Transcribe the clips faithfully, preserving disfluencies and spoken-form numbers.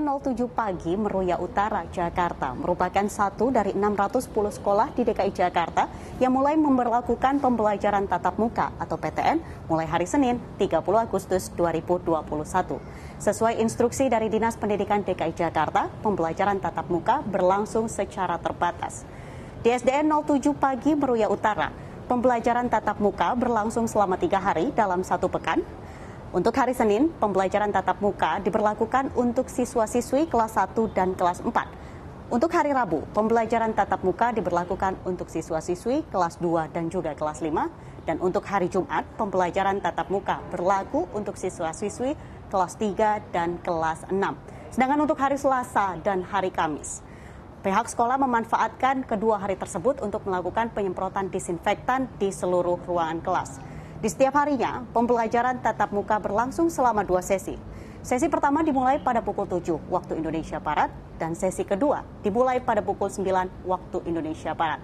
nol tujuh pagi Meruya Utara, Jakarta merupakan satu dari enam ratus sepuluh sekolah di D K I Jakarta yang mulai memberlakukan pembelajaran tatap muka atau P T N mulai hari Senin tiga puluh Agustus dua ribu dua puluh satu. Sesuai instruksi dari Dinas Pendidikan D K I Jakarta, pembelajaran tatap muka berlangsung secara terbatas. Di S D N nol tujuh pagi Meruya Utara, pembelajaran tatap muka berlangsung selama tiga hari dalam satu pekan. Untuk hari Senin, pembelajaran tatap muka diberlakukan untuk siswa-siswi kelas satu dan kelas empat. Untuk hari Rabu, pembelajaran tatap muka diberlakukan untuk siswa-siswi kelas dua dan juga kelas lima. Dan untuk hari Jumat, pembelajaran tatap muka berlaku untuk siswa-siswi kelas tiga dan kelas enam. Sedangkan untuk hari Selasa dan hari Kamis, pihak sekolah memanfaatkan kedua hari tersebut untuk melakukan penyemprotan disinfektan di seluruh ruangan kelas. Di setiap harinya, pembelajaran tatap muka berlangsung selama dua sesi. Sesi pertama dimulai pada pukul tujuh waktu Indonesia Barat dan sesi kedua dimulai pada pukul sembilan waktu Indonesia Barat.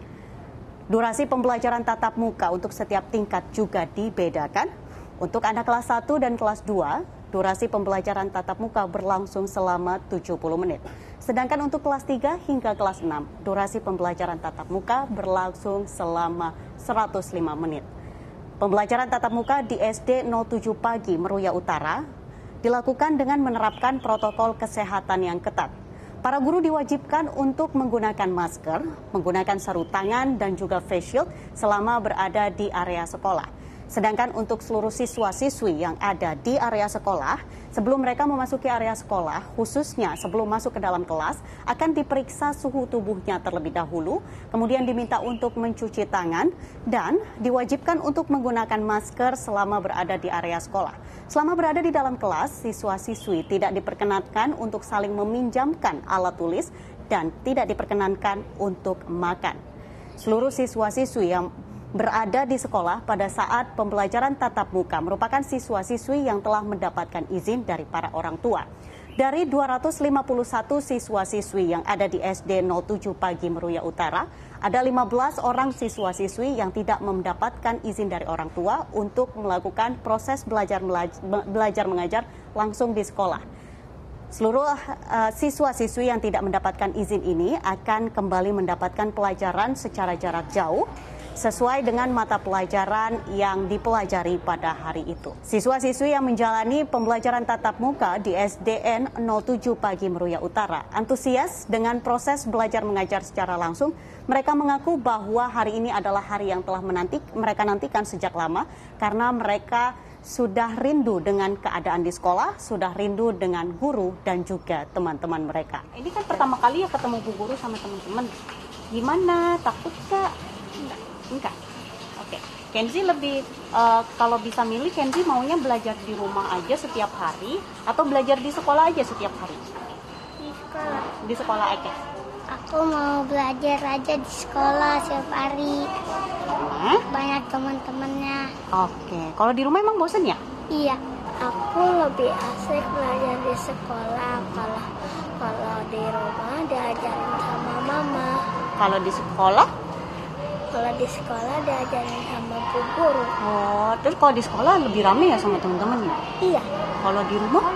Durasi pembelajaran tatap muka untuk setiap tingkat juga dibedakan. Untuk anak kelas satu dan kelas dua, durasi pembelajaran tatap muka berlangsung selama tujuh puluh menit. Sedangkan untuk kelas tiga hingga kelas enam, durasi pembelajaran tatap muka berlangsung selama seratus lima menit. Pembelajaran tatap muka di S D nol tujuh pagi Meruya Utara dilakukan dengan menerapkan protokol kesehatan yang ketat. Para guru diwajibkan untuk menggunakan masker, menggunakan sarung tangan dan juga face shield selama berada di area sekolah. Sedangkan untuk seluruh siswa-siswi yang ada di area sekolah, sebelum mereka memasuki area sekolah, khususnya sebelum masuk ke dalam kelas, akan diperiksa suhu tubuhnya terlebih dahulu, kemudian diminta untuk mencuci tangan, dan diwajibkan untuk menggunakan masker selama berada di area sekolah. Selama berada di dalam kelas, siswa-siswi tidak diperkenankan untuk saling meminjamkan alat tulis dan tidak diperkenankan untuk makan. Seluruh siswa-siswi yang berada di sekolah pada saat pembelajaran tatap muka merupakan siswa-siswi yang telah mendapatkan izin dari para orang tua. Dari dua ratus lima puluh satu siswa-siswi yang ada di S D nol tujuh pagi Meruya Utara, ada lima belas orang siswa-siswi yang tidak mendapatkan izin dari orang tua untuk melakukan proses belajar belajar mengajar langsung di sekolah. Seluruh uh, siswa-siswi yang tidak mendapatkan izin ini akan kembali mendapatkan pelajaran secara jarak jauh sesuai dengan mata pelajaran yang dipelajari pada hari itu. Siswa-siswi yang menjalani pembelajaran tatap muka di S D N nol tujuh pagi Meruya Utara antusias dengan proses belajar mengajar secara langsung. Mereka mengaku bahwa hari ini adalah hari yang telah menanti, mereka nantikan sejak lama karena mereka sudah rindu dengan keadaan di sekolah, sudah rindu dengan guru dan juga teman-teman mereka. Ini kan pertama kali ya ketemu Bu Guru sama teman-teman. Gimana? Takut Kak? Enggak. Enggak. Oke. Kenzi lebih uh, kalau bisa milih, Kenzi maunya belajar di rumah aja setiap hari atau belajar di sekolah aja setiap hari? Di sekolah. Di sekolah aja. Aku mau belajar aja di sekolah setiap hari. Hah? Banyak teman-temannya. Oke. Kalau di rumah emang bosen ya? Iya. Aku lebih asik belajar di sekolah. Kalau kalau di rumah diajarin sama mama. Kalau di sekolah? Kalau di sekolah diajarin sama Bu Guru. Oh, terus kalau di sekolah lebih rame ya sama teman-teman ya? Iya. Kalau di rumah?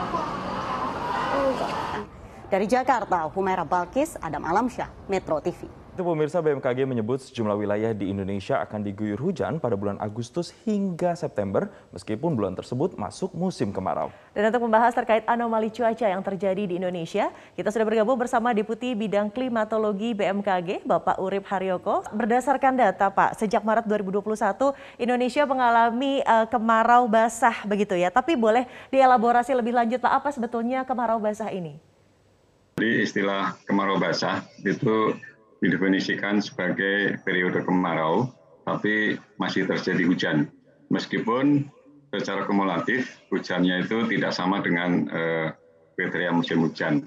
Enggak. Dari Jakarta, Humaira Balkis, Adam Alamsyah, Metro T V. Itu pemirsa, B M K G menyebut sejumlah wilayah di Indonesia akan diguyur hujan pada bulan Agustus hingga September, meskipun bulan tersebut masuk musim kemarau. Dan untuk membahas terkait anomali cuaca yang terjadi di Indonesia, kita sudah bergabung bersama Deputi Bidang Klimatologi B M K G, Bapak Urip Haryoko. Berdasarkan data Pak, sejak Maret dua ribu dua puluh satu, Indonesia mengalami uh, kemarau basah begitu ya. Tapi boleh dielaborasi lebih lanjut Pak, apa sebetulnya kemarau basah ini? Jadi istilah kemarau basah itu didefinisikan sebagai periode kemarau, tapi masih terjadi hujan. Meskipun secara kumulatif hujannya itu tidak sama dengan eh, kriteria musim hujan.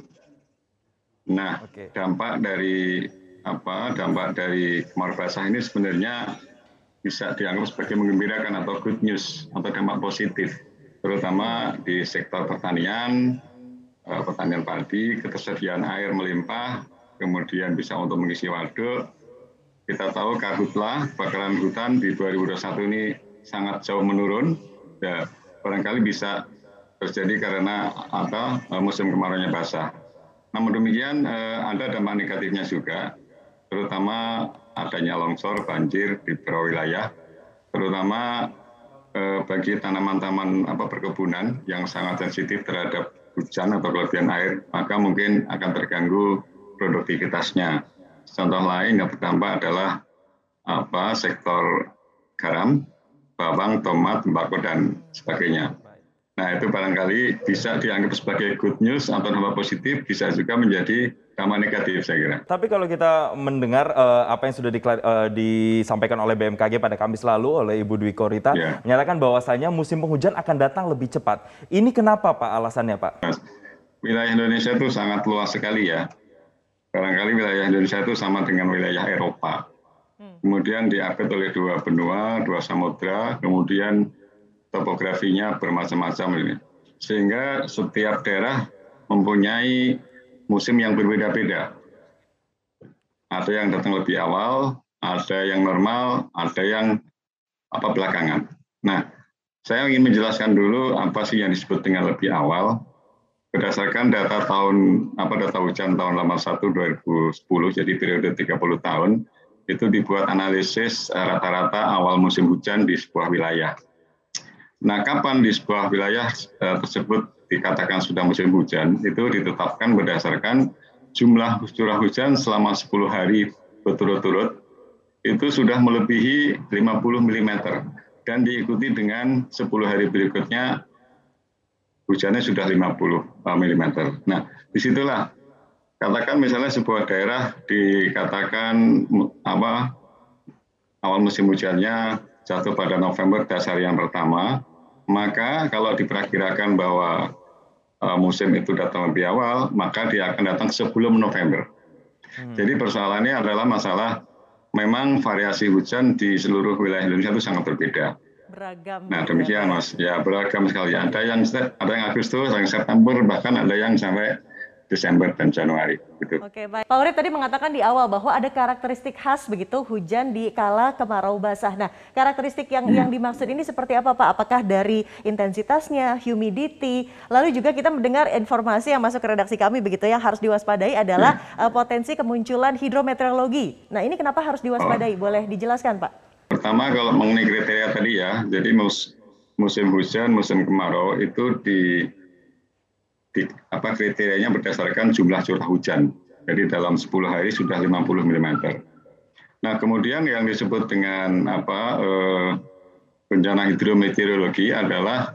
Nah, okay. dampak dari apa? Dampak dari kemarau basah ini sebenarnya bisa dianggap sebagai menggembirakan atau good news atau dampak positif, terutama di sektor pertanian, eh, pertanian padi, ketersediaan air melimpah. Kemudian bisa untuk mengisi waduk. Kita tahu karhutlah, kebakaran hutan di dua ribu dua puluh satu ini sangat jauh menurun. Ya, barangkali bisa terjadi karena apa musim kemaraunya basah. Namun demikian eh, ada dampak negatifnya juga, terutama adanya longsor, banjir di beberapa wilayah, terutama eh, bagi tanaman-tanaman apa perkebunan yang sangat sensitif terhadap hujan atau kelebihan air, maka mungkin akan terganggu produktivitasnya. Contoh lain yang berdampak adalah apa sektor garam, bawang, tomat, tembakau dan sebagainya. Nah, itu barangkali bisa dianggap sebagai good news atau dampak positif, bisa juga menjadi dampak negatif, saya kira. Tapi kalau kita mendengar uh, apa yang sudah diklar- uh, disampaikan oleh B M K G pada Kamis lalu oleh Ibu Dwi Korita, yeah. menyatakan bahwasanya musim penghujan akan datang lebih cepat. Ini kenapa, Pak, alasannya, Pak? Wilayah Indonesia itu sangat luas sekali ya. Barangkali wilayah Indonesia itu sama dengan wilayah Eropa. Hmm. Kemudian diapit oleh dua benua, dua samudra, kemudian topografinya bermacam-macam ini. Sehingga setiap daerah mempunyai musim yang berbeda-beda. Ada yang datang lebih awal, ada yang normal, ada yang apa belakangan. Nah, saya ingin menjelaskan dulu apa sih yang disebut dengan lebih awal. Berdasarkan data tahun apa data hujan tahun delapan puluh satu sampai dua ribu sepuluh, jadi periode tiga puluh tahun, itu dibuat analisis rata-rata awal musim hujan di sebuah wilayah. Nah, kapan di sebuah wilayah uh, tersebut dikatakan sudah musim hujan, itu ditetapkan berdasarkan jumlah curah hujan selama sepuluh hari berturut-turut, itu sudah melebihi lima puluh milimeter, dan diikuti dengan sepuluh hari berikutnya, hujannya sudah lima puluh milimeter. Nah, disitulah, katakan misalnya sebuah daerah dikatakan apa awal musim hujannya jatuh pada November dasar yang pertama, maka kalau diperkirakan bahwa uh, musim itu datang lebih awal, maka dia akan datang sebelum November. Hmm. Jadi persoalannya adalah masalah memang variasi hujan di seluruh wilayah Indonesia itu sangat berbeda. Beragam. Nah demikian Mas, ya beragam sekali. Ada yang ada yang Agustus, ada yang September, bahkan ada yang sampai Desember dan Januari. Gitu. Oke, baik. Pak Urip tadi mengatakan di awal bahwa ada karakteristik khas begitu hujan di kala kemarau basah. Nah, karakteristik yang hmm. yang dimaksud ini seperti apa, Pak? Apakah dari intensitasnya, humidity, lalu juga kita mendengar informasi yang masuk ke redaksi kami begitu yang harus diwaspadai adalah hmm. uh, potensi kemunculan hidrometeorologi. Nah, ini kenapa harus diwaspadai? Oh. Boleh dijelaskan, Pak? Pertama kalau mengenai kriteria tadi ya, jadi mus, musim hujan, musim kemarau itu di Di, apa kriterianya berdasarkan jumlah curah hujan. Jadi dalam sepuluh hari sudah lima puluh milimeter. Nah, kemudian yang disebut dengan apa eh, bencana hidrometeorologi adalah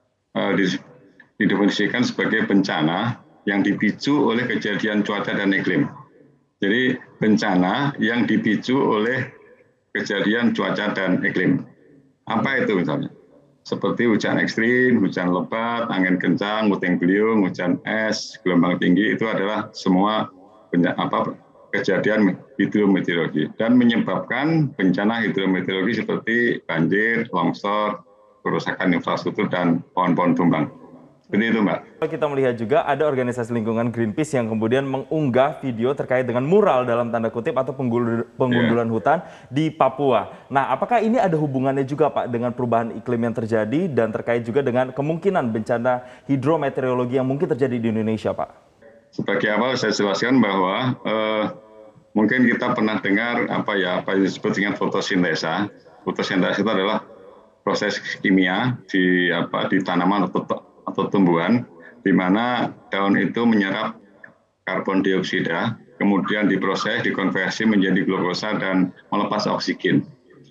eh, didefinisikan sebagai bencana yang dipicu oleh kejadian cuaca dan iklim. Jadi bencana yang dipicu oleh kejadian cuaca dan iklim. Apa itu misalnya? Seperti hujan ekstrim, hujan lebat, angin kencang, puting beliung, hujan es, gelombang tinggi, itu adalah semua apa, kejadian hidrometeorologi dan menyebabkan bencana hidrometeorologi seperti banjir, longsor, kerusakan infrastruktur, dan pohon-pohon tumbang. Seperti itu, Mbak. Kita melihat juga ada organisasi lingkungan Greenpeace yang kemudian mengunggah video terkait dengan mural dalam tanda kutip atau penggundulan yeah. hutan di Papua. Nah, apakah ini ada hubungannya juga, Pak, dengan perubahan iklim yang terjadi dan terkait juga dengan kemungkinan bencana hidrometeorologi yang mungkin terjadi di Indonesia, Pak? Sebagai awal saya jelaskan bahwa eh, mungkin kita pernah dengar apa ya apa yang disebut dengan fotosintesa. Fotosintesa itu adalah proses kimia di apa di tanaman atau atau tumbuhan, di mana daun itu menyerap karbon dioksida, kemudian diproses, dikonversi menjadi glukosa dan melepas oksigen.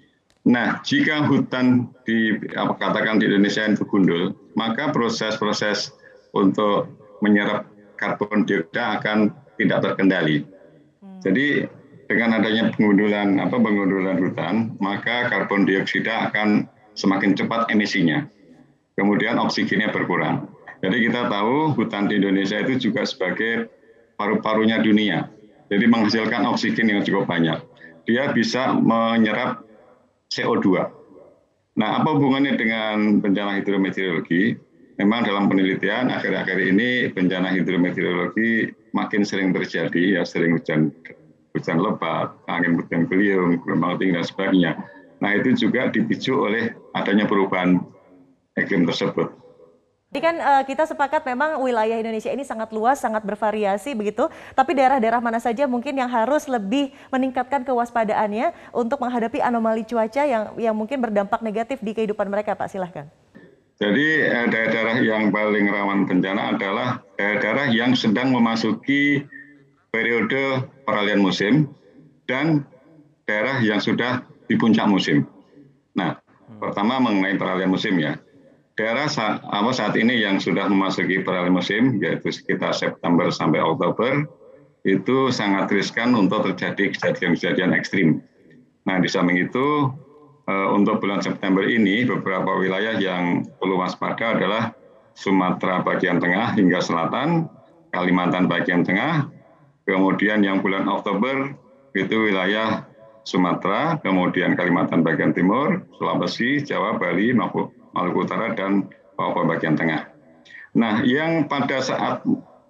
Nah, jika hutan di apa katakan di Indonesia itu gundul, maka proses-proses untuk menyerap karbon dioksida akan tidak terkendali. Hmm. Jadi dengan adanya pengundulan apa pengundulan hutan, maka karbon dioksida akan semakin cepat emisinya. Kemudian oksigennya berkurang. Jadi kita tahu hutan di Indonesia itu juga sebagai paru-parunya dunia. Jadi menghasilkan oksigen yang cukup banyak. Dia bisa menyerap C O dua. Nah, apa hubungannya dengan bencana hidrometeorologi? Memang dalam penelitian akhir-akhir ini bencana hidrometeorologi makin sering terjadi, ya sering hujan hujan lebat, angin puting beliung, gelombang tinggi dan sebagainya. Nah, itu juga dipicu oleh adanya perubahan iklim tersebut. Jadi kan uh, kita sepakat memang wilayah Indonesia ini sangat luas, sangat bervariasi begitu. Tapi daerah-daerah mana saja mungkin yang harus lebih meningkatkan kewaspadaannya untuk menghadapi anomali cuaca yang yang mungkin berdampak negatif di kehidupan mereka, Pak? Silahkan. Jadi daerah-daerah yang paling rawan bencana adalah daerah-daerah yang sedang memasuki periode peralihan musim dan daerah yang sudah di puncak musim. Nah, pertama mengenai peralihan musim ya. Daerah saat, apa, saat ini yang sudah memasuki peralihan musim, yaitu sekitar September sampai Oktober, itu sangat riskan untuk terjadi kejadian-kejadian ekstrim. Nah, di samping itu, eh, untuk bulan September ini, beberapa wilayah yang perlu waspada adalah Sumatera bagian tengah hingga selatan, Kalimantan bagian tengah, kemudian yang bulan Oktober, itu wilayah Sumatera, kemudian Kalimantan bagian timur, Sulawesi, Jawa, Bali, Maluku Utara, dan Papua bagian tengah. Nah, yang pada saat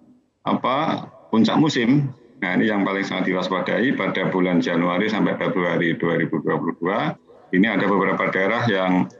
apa puncak musim, nah ini yang paling sangat diwaspadai pada bulan Januari sampai Februari dua ribu dua puluh dua, ini ada beberapa daerah yang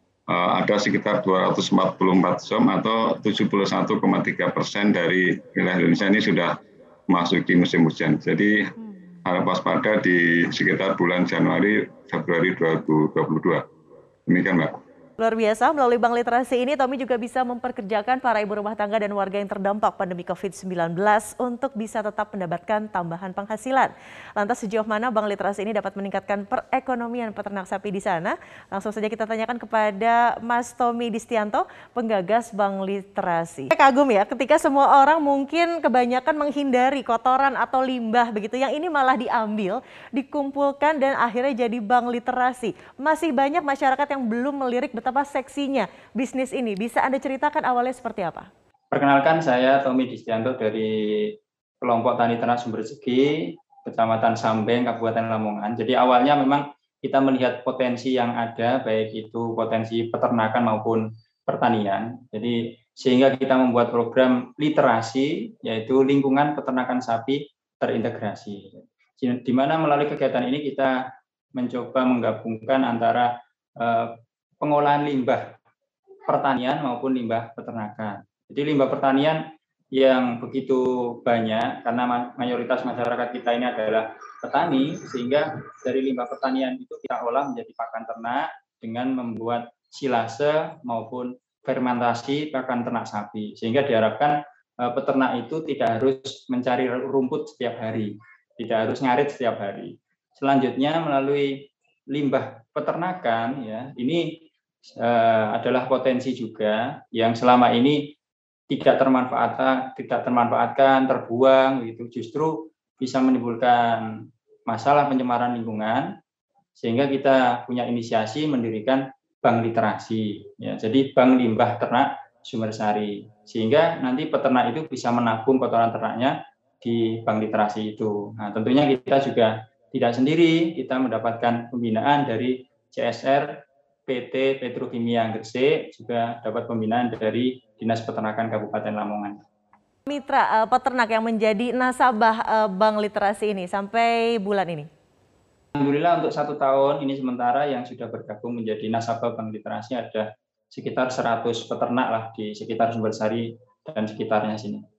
uh, ada sekitar dua ratus empat puluh empat zom atau tujuh puluh satu koma tiga persen dari wilayah Indonesia ini sudah memasuki musim hujan. Jadi harap waspada di sekitar bulan Januari Februari dua ribu dua puluh dua. Demikian, Mbak. Luar biasa, melalui Bank Literasi ini Tommy juga bisa memperkerjakan para ibu rumah tangga dan warga yang terdampak pandemi covid sembilan belas untuk bisa tetap mendapatkan tambahan penghasilan. Lantas sejauh mana Bank Literasi ini dapat meningkatkan perekonomian peternak sapi di sana? Langsung saja kita tanyakan kepada Mas Tommy Distianto, penggagas Bank Literasi. Saya kagum ya, ketika semua orang mungkin kebanyakan menghindari kotoran atau limbah begitu, yang ini malah diambil, dikumpulkan dan akhirnya jadi Bank Literasi. Masih banyak masyarakat yang belum melirik betapa seksinya bisnis ini. Bisa Anda ceritakan awalnya seperti apa? Perkenalkan, saya Tommy Distianto dari kelompok Tani Ternak Sumber Segi, Kecamatan Sambeng, Kabupaten Lamongan. Jadi awalnya memang kita melihat potensi yang ada, baik itu potensi peternakan maupun pertanian. Jadi sehingga kita membuat program literasi, yaitu lingkungan peternakan sapi terintegrasi. Di mana melalui kegiatan ini kita mencoba menggabungkan antara eh, pengolahan limbah pertanian maupun limbah peternakan. Jadi limbah pertanian yang begitu banyak karena mayoritas masyarakat kita ini adalah petani, sehingga dari limbah pertanian itu kita olah menjadi pakan ternak dengan membuat silase maupun fermentasi pakan ternak sapi, sehingga diharapkan eh, peternak itu tidak harus mencari rumput setiap hari, tidak harus ngarit setiap hari. Selanjutnya melalui limbah peternakan ya, ini Uh, adalah potensi juga yang selama ini tidak termanfaatkan, tidak termanfaatkan, terbuang, gitu, justru bisa menimbulkan masalah pencemaran lingkungan, sehingga kita punya inisiasi mendirikan Bank Literasi, ya, jadi Bank Limbah Ternak Sumber Sari, sehingga nanti peternak itu bisa menabung kotoran ternaknya di Bank Literasi itu. Nah, tentunya kita juga tidak sendiri, kita mendapatkan pembinaan dari C S R P T Petrokimia Gresik, juga dapat pembinaan dari Dinas Peternakan Kabupaten Lamongan. Mitra uh, peternak yang menjadi nasabah uh, Bank Literasi ini sampai bulan ini? Alhamdulillah untuk satu tahun ini sementara yang sudah bergabung menjadi nasabah Bank Literasi ada sekitar seratus peternak lah di sekitar Sumbersari dan sekitarnya sini.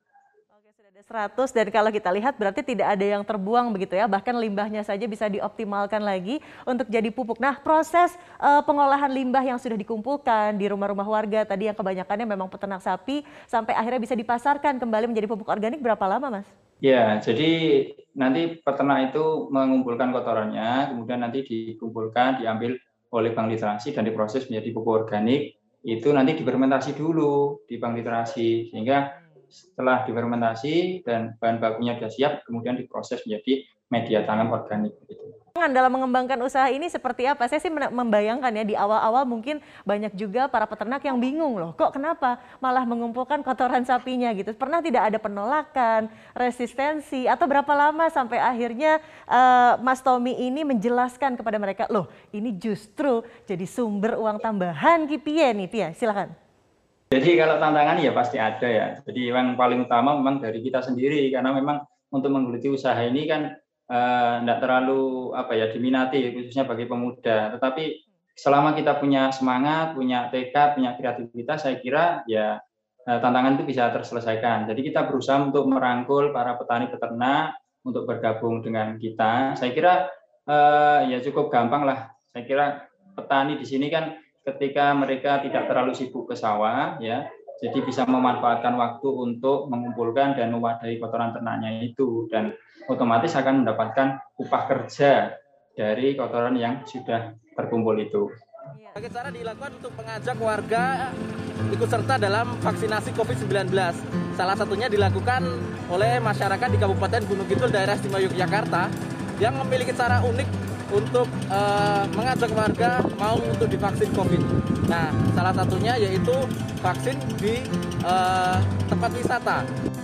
seratus, dan kalau kita lihat berarti tidak ada yang terbuang begitu ya, bahkan limbahnya saja bisa dioptimalkan lagi untuk jadi pupuk. Nah, proses uh, pengolahan limbah yang sudah dikumpulkan di rumah-rumah warga tadi yang kebanyakannya memang peternak sapi sampai akhirnya bisa dipasarkan kembali menjadi pupuk organik berapa lama, Mas? Ya, jadi nanti peternak itu mengumpulkan kotorannya, kemudian nanti dikumpulkan, diambil oleh Bank Literasi dan diproses menjadi pupuk organik. Itu nanti difermentasi dulu di Bank Literasi, sehingga setelah difermentasi dan bahan bakunya sudah siap, kemudian diproses menjadi media tanam organik. Dalam mengembangkan usaha ini seperti apa? Saya sih membayangkan ya di awal-awal mungkin banyak juga para peternak yang bingung loh, kok kenapa malah mengumpulkan kotoran sapinya gitu. Pernah tidak ada penolakan, resistensi, atau berapa lama sampai akhirnya uh, Mas Tommy ini menjelaskan kepada mereka, loh ini justru jadi sumber uang tambahan kipie nih, Pia, silakan. Jadi kalau tantangan ya pasti ada ya. Jadi yang paling utama memang dari kita sendiri, karena memang untuk menggeluti usaha ini kan tidak eh, terlalu apa ya diminati, khususnya bagi pemuda. Tetapi selama kita punya semangat, punya tekad, punya kreativitas, saya kira ya tantangan itu bisa terselesaikan. Jadi kita berusaha untuk merangkul para petani peternak untuk bergabung dengan kita. Saya kira eh, ya cukup gampang lah. Saya kira petani di sini kan ketika mereka tidak terlalu sibuk ke sawah, ya, jadi bisa memanfaatkan waktu untuk mengumpulkan dan mewadahi kotoran ternaknya itu, dan otomatis akan mendapatkan upah kerja dari kotoran yang sudah terkumpul itu. Sebagai cara dilakukan untuk mengajak warga ikut serta dalam vaksinasi covid sembilan belas. Salah satunya dilakukan oleh masyarakat di Kabupaten Gunung Kidul, daerah istimewa Yogyakarta, yang memiliki cara unik untuk uh, mengajak warga mau untuk divaksin COVID. Nah, salah satunya yaitu vaksin di uh, tempat wisata.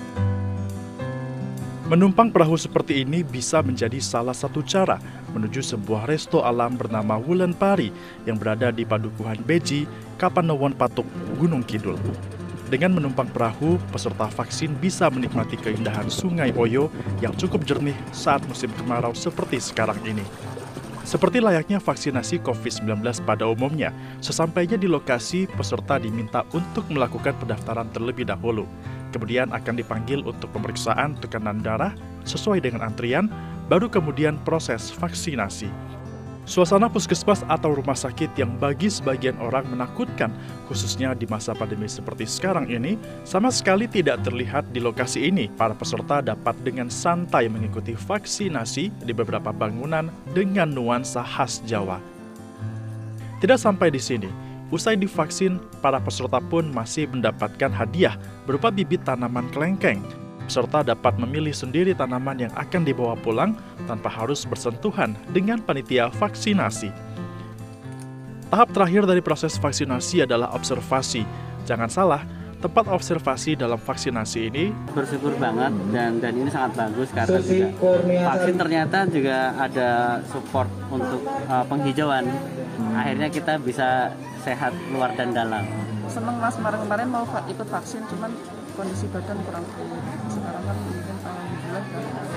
Menumpang perahu seperti ini bisa menjadi salah satu cara menuju sebuah resto alam bernama Wulan Pari yang berada di Padukuhan Beji, Kapanewon Patuk, Gunung Kidul. Dengan menumpang perahu, peserta vaksin bisa menikmati keindahan Sungai Oyo yang cukup jernih saat musim kemarau seperti sekarang ini. Seperti layaknya vaksinasi covid sembilan belas pada umumnya, sesampainya di lokasi, peserta diminta untuk melakukan pendaftaran terlebih dahulu. Kemudian akan dipanggil untuk pemeriksaan tekanan darah sesuai dengan antrian, baru kemudian proses vaksinasi. Suasana puskesmas atau rumah sakit yang bagi sebagian orang menakutkan, khususnya di masa pandemi seperti sekarang ini, sama sekali tidak terlihat di lokasi ini. Para peserta dapat dengan santai mengikuti vaksinasi di beberapa bangunan dengan nuansa khas Jawa. Tidak sampai di sini. Usai divaksin, para peserta pun masih mendapatkan hadiah berupa bibit tanaman kelengkeng. Peserta dapat memilih sendiri tanaman yang akan dibawa pulang tanpa harus bersentuhan dengan panitia vaksinasi. Tahap terakhir dari proses vaksinasi adalah observasi. Jangan salah, tempat observasi dalam vaksinasi ini bersyukur banget dan dan ini sangat bagus karena juga vaksin ternyata juga ada support untuk uh, penghijauan. Akhirnya kita bisa sehat luar dan dalam. Seneng Mas, kemarin-kemarin mau ikut vaksin, cuman kondisi badan kurang fit. Sekarang kan mungkin alhamdulillah.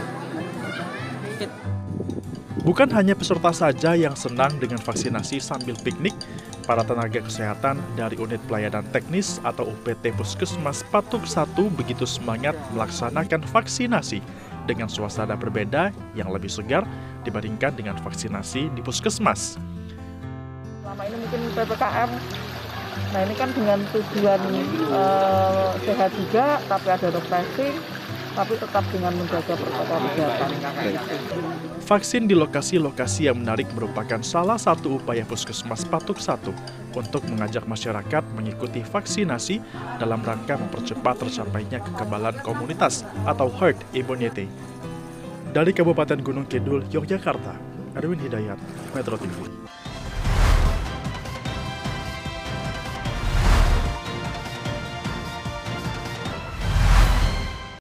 Bukan hanya peserta saja yang senang dengan vaksinasi sambil piknik, para tenaga kesehatan dari unit pelayanan teknis atau U P T Puskesmas Patuk satu begitu semangat melaksanakan vaksinasi dengan suasana berbeda yang lebih segar dibandingkan dengan vaksinasi di puskesmas. Selama ini mungkin P P K M, nah ini kan dengan tujuan uh, sehat juga, tapi ada refreshing, tapi tetap dengan menjaga protokol kesehatan. Vaksin di lokasi-lokasi yang menarik merupakan salah satu upaya Puskesmas Patuk satu untuk mengajak masyarakat mengikuti vaksinasi dalam rangka mempercepat tercapainya kekebalan komunitas atau herd immunity. Dari Kabupaten Gunung Kidul, Yogyakarta, Erwin Hidayat, Metro T V.